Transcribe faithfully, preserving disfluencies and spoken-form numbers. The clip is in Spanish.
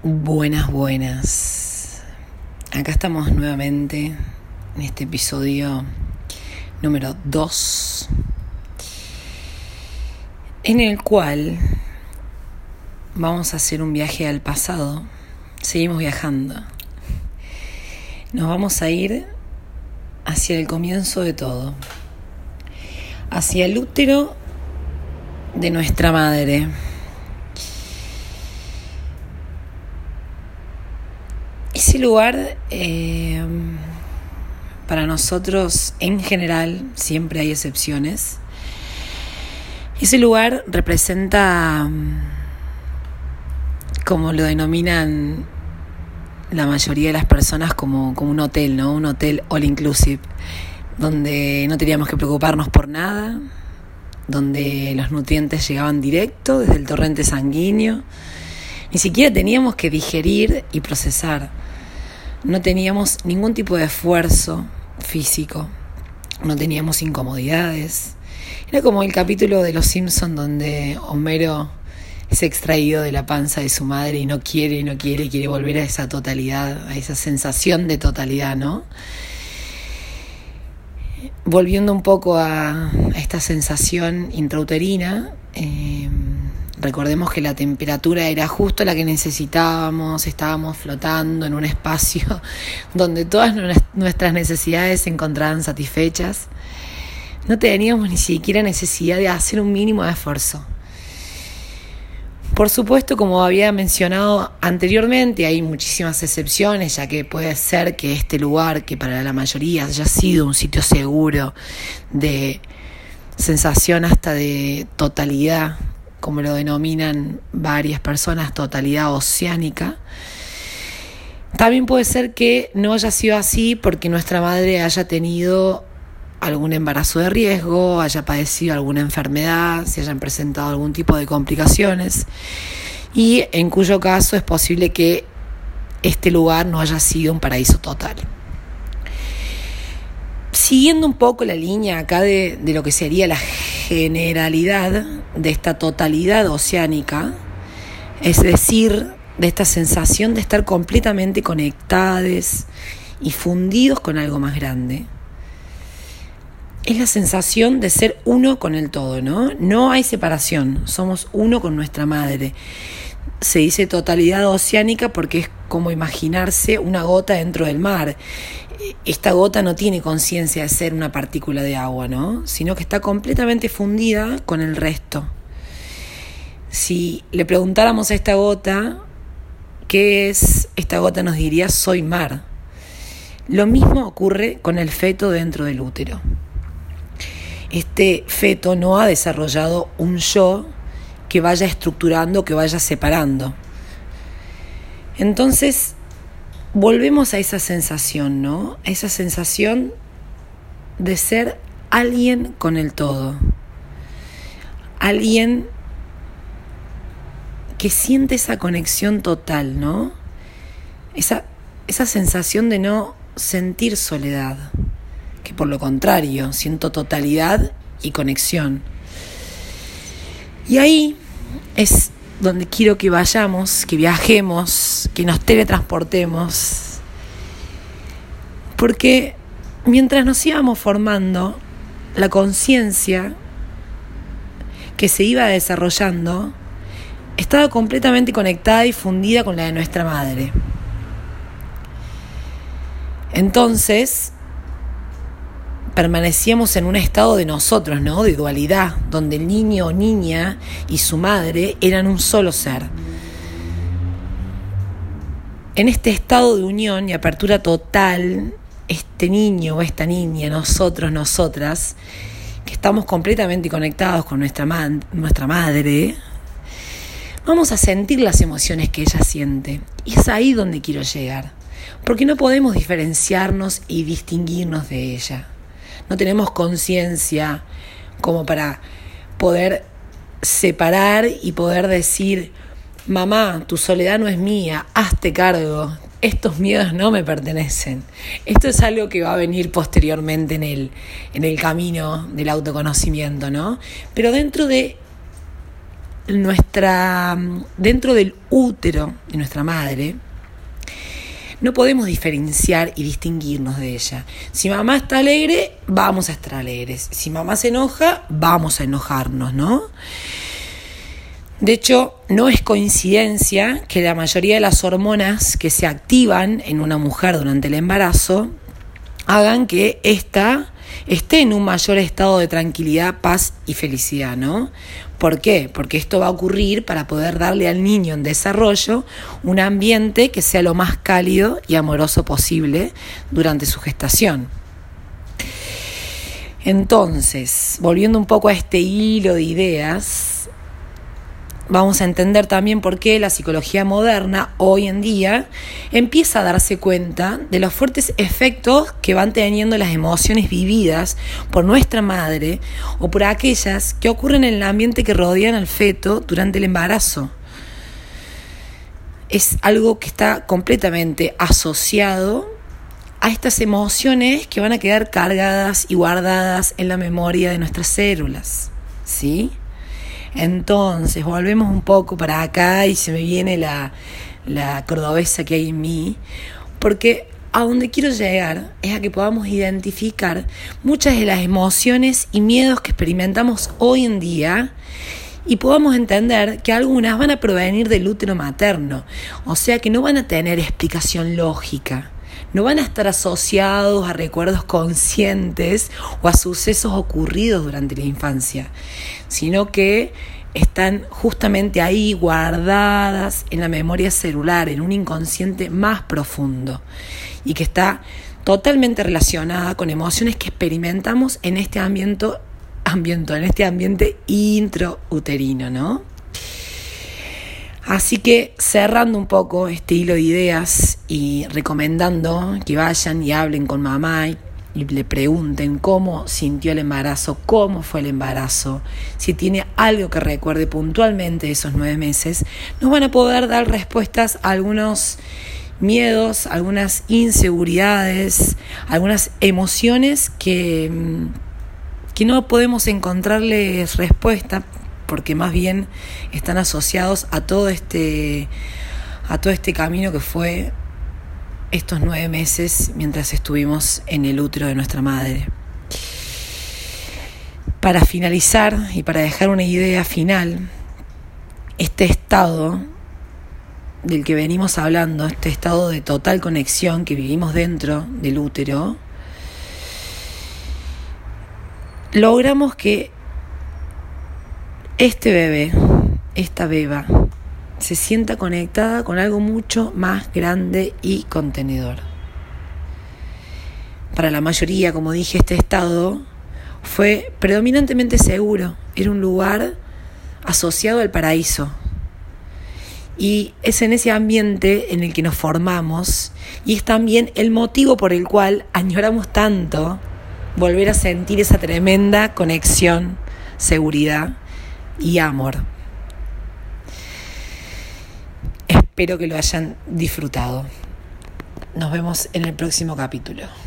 Buenas, buenas. Acá estamos nuevamente en este episodio número dos, en el cual vamos a hacer un viaje al pasado. Seguimos viajando. Nos vamos a ir hacia el comienzo de todo, hacia el útero de nuestra madre. Ese lugar, eh, para nosotros en general, siempre hay excepciones. Ese lugar representa, como lo denominan la mayoría de las personas, como, como un hotel, ¿no? Un hotel all inclusive, donde no teníamos que preocuparnos por nada, donde los nutrientes llegaban directo desde el torrente sanguíneo. Ni siquiera teníamos que digerir y procesar. No teníamos ningún tipo de esfuerzo físico. No teníamos incomodidades. Era como el capítulo de Los Simpson donde Homero es extraído de la panza de su madre y no quiere, no quiere, quiere volver a esa totalidad, a esa sensación de totalidad, ¿no? Volviendo un poco a, a esta sensación intrauterina, eh, recordemos que la temperatura era justo la que necesitábamos, estábamos flotando en un espacio donde todas nuestras necesidades se encontraban satisfechas. No teníamos ni siquiera necesidad de hacer un mínimo de esfuerzo. Por supuesto, como había mencionado anteriormente, hay muchísimas excepciones, ya que puede ser que este lugar, que para la mayoría haya sido un sitio seguro, de sensación hasta de totalidad, como lo denominan varias personas, totalidad oceánica. También puede ser que no haya sido así porque nuestra madre haya tenido algún embarazo de riesgo, haya padecido alguna enfermedad, se hayan presentado algún tipo de complicaciones, y en cuyo caso es posible que este lugar no haya sido un paraíso total. Siguiendo un poco la línea acá de, de lo que sería la generalidad de esta totalidad oceánica, es decir, de esta sensación de estar completamente conectados y fundidos con algo más grande. Es la sensación de ser uno con el todo, ¿no? No hay separación, somos uno con nuestra madre. Se dice totalidad oceánica porque es como imaginarse una gota dentro del mar. Esta gota no tiene conciencia de ser una partícula de agua, ¿no? Sino que está completamente fundida con el resto. Si le preguntáramos a esta gota qué es, esta gota nos diría: soy mar. Lo mismo ocurre con el feto dentro del útero. Este feto no ha desarrollado un yo que vaya estructurando, que vaya separando. Entonces, volvemos a esa sensación, ¿no? A esa sensación de ser alguien con el todo. Alguien que siente esa conexión total, ¿no? Esa, esa sensación de no sentir soledad, que por lo contrario, siento totalidad y conexión. Y ahí es donde quiero que vayamos, que viajemos, que nos teletransportemos. Porque mientras nos íbamos formando, la conciencia que se iba desarrollando estaba completamente conectada y fundida con la de nuestra madre. Entonces, permanecíamos en un estado de nosotros, ¿no? De dualidad, donde el niño o niña y su madre eran un solo ser. En este estado de unión y apertura total, este niño o esta niña, nosotros, nosotras, que estamos completamente conectados con nuestra, ma- nuestra madre, vamos a sentir las emociones que ella siente. Y es ahí donde quiero llegar, porque no podemos diferenciarnos y distinguirnos de ella. No tenemos conciencia como para poder separar y poder decir: mamá, tu soledad no es mía, hazte cargo, estos miedos no me pertenecen. Esto es algo que va a venir posteriormente en el, en el camino del autoconocimiento, ¿no? Pero dentro de nuestra, dentro del útero de nuestra madre, no podemos diferenciar y distinguirnos de ella. Si mamá está alegre, vamos a estar alegres. Si mamá se enoja, vamos a enojarnos, ¿no? De hecho, no es coincidencia que la mayoría de las hormonas que se activan en una mujer durante el embarazo hagan que ésta esté en un mayor estado de tranquilidad, paz y felicidad, ¿no? ¿Por qué? Porque esto va a ocurrir para poder darle al niño en desarrollo un ambiente que sea lo más cálido y amoroso posible durante su gestación. Entonces, volviendo un poco a este hilo de ideas, vamos a entender también por qué la psicología moderna hoy en día empieza a darse cuenta de los fuertes efectos que van teniendo las emociones vividas por nuestra madre o por aquellas que ocurren en el ambiente que rodean al feto durante el embarazo. Es algo que está completamente asociado a estas emociones que van a quedar cargadas y guardadas en la memoria de nuestras células, ¿sí? Entonces, volvemos un poco para acá y se me viene la, la cordobesa que hay en mí, porque a donde quiero llegar es a que podamos identificar muchas de las emociones y miedos que experimentamos hoy en día y podamos entender que algunas van a provenir del útero materno, o sea que no van a tener explicación lógica. No van a estar asociados a recuerdos conscientes o a sucesos ocurridos durante la infancia, sino que están justamente ahí guardadas en la memoria celular, en un inconsciente más profundo y que está totalmente relacionada con emociones que experimentamos en este ambiente, ambiente, en este ambiente intrauterino, ¿no? Así que cerrando un poco este hilo de ideas y recomendando que vayan y hablen con mamá y, y le pregunten cómo sintió el embarazo, cómo fue el embarazo, si tiene algo que recuerde puntualmente de esos nueve meses, nos van a poder dar respuestas a algunos miedos, algunas inseguridades, algunas emociones que, que no podemos encontrarles respuesta, porque más bien están asociados a todo este a todo este camino que fue estos nueve meses mientras estuvimos en el útero de nuestra madre. Para finalizar y para dejar una idea final, este estado del que venimos hablando, este estado de total conexión que vivimos dentro del útero, logramos que este bebé, esta beba, se sienta conectada con algo mucho más grande y contenedor. Para la mayoría, como dije, este estado fue predominantemente seguro. Era un lugar asociado al paraíso. Y es en ese ambiente en el que nos formamos y es también el motivo por el cual añoramos tanto volver a sentir esa tremenda conexión, seguridad y amor. Espero que lo hayan disfrutado. Nos vemos en el próximo capítulo.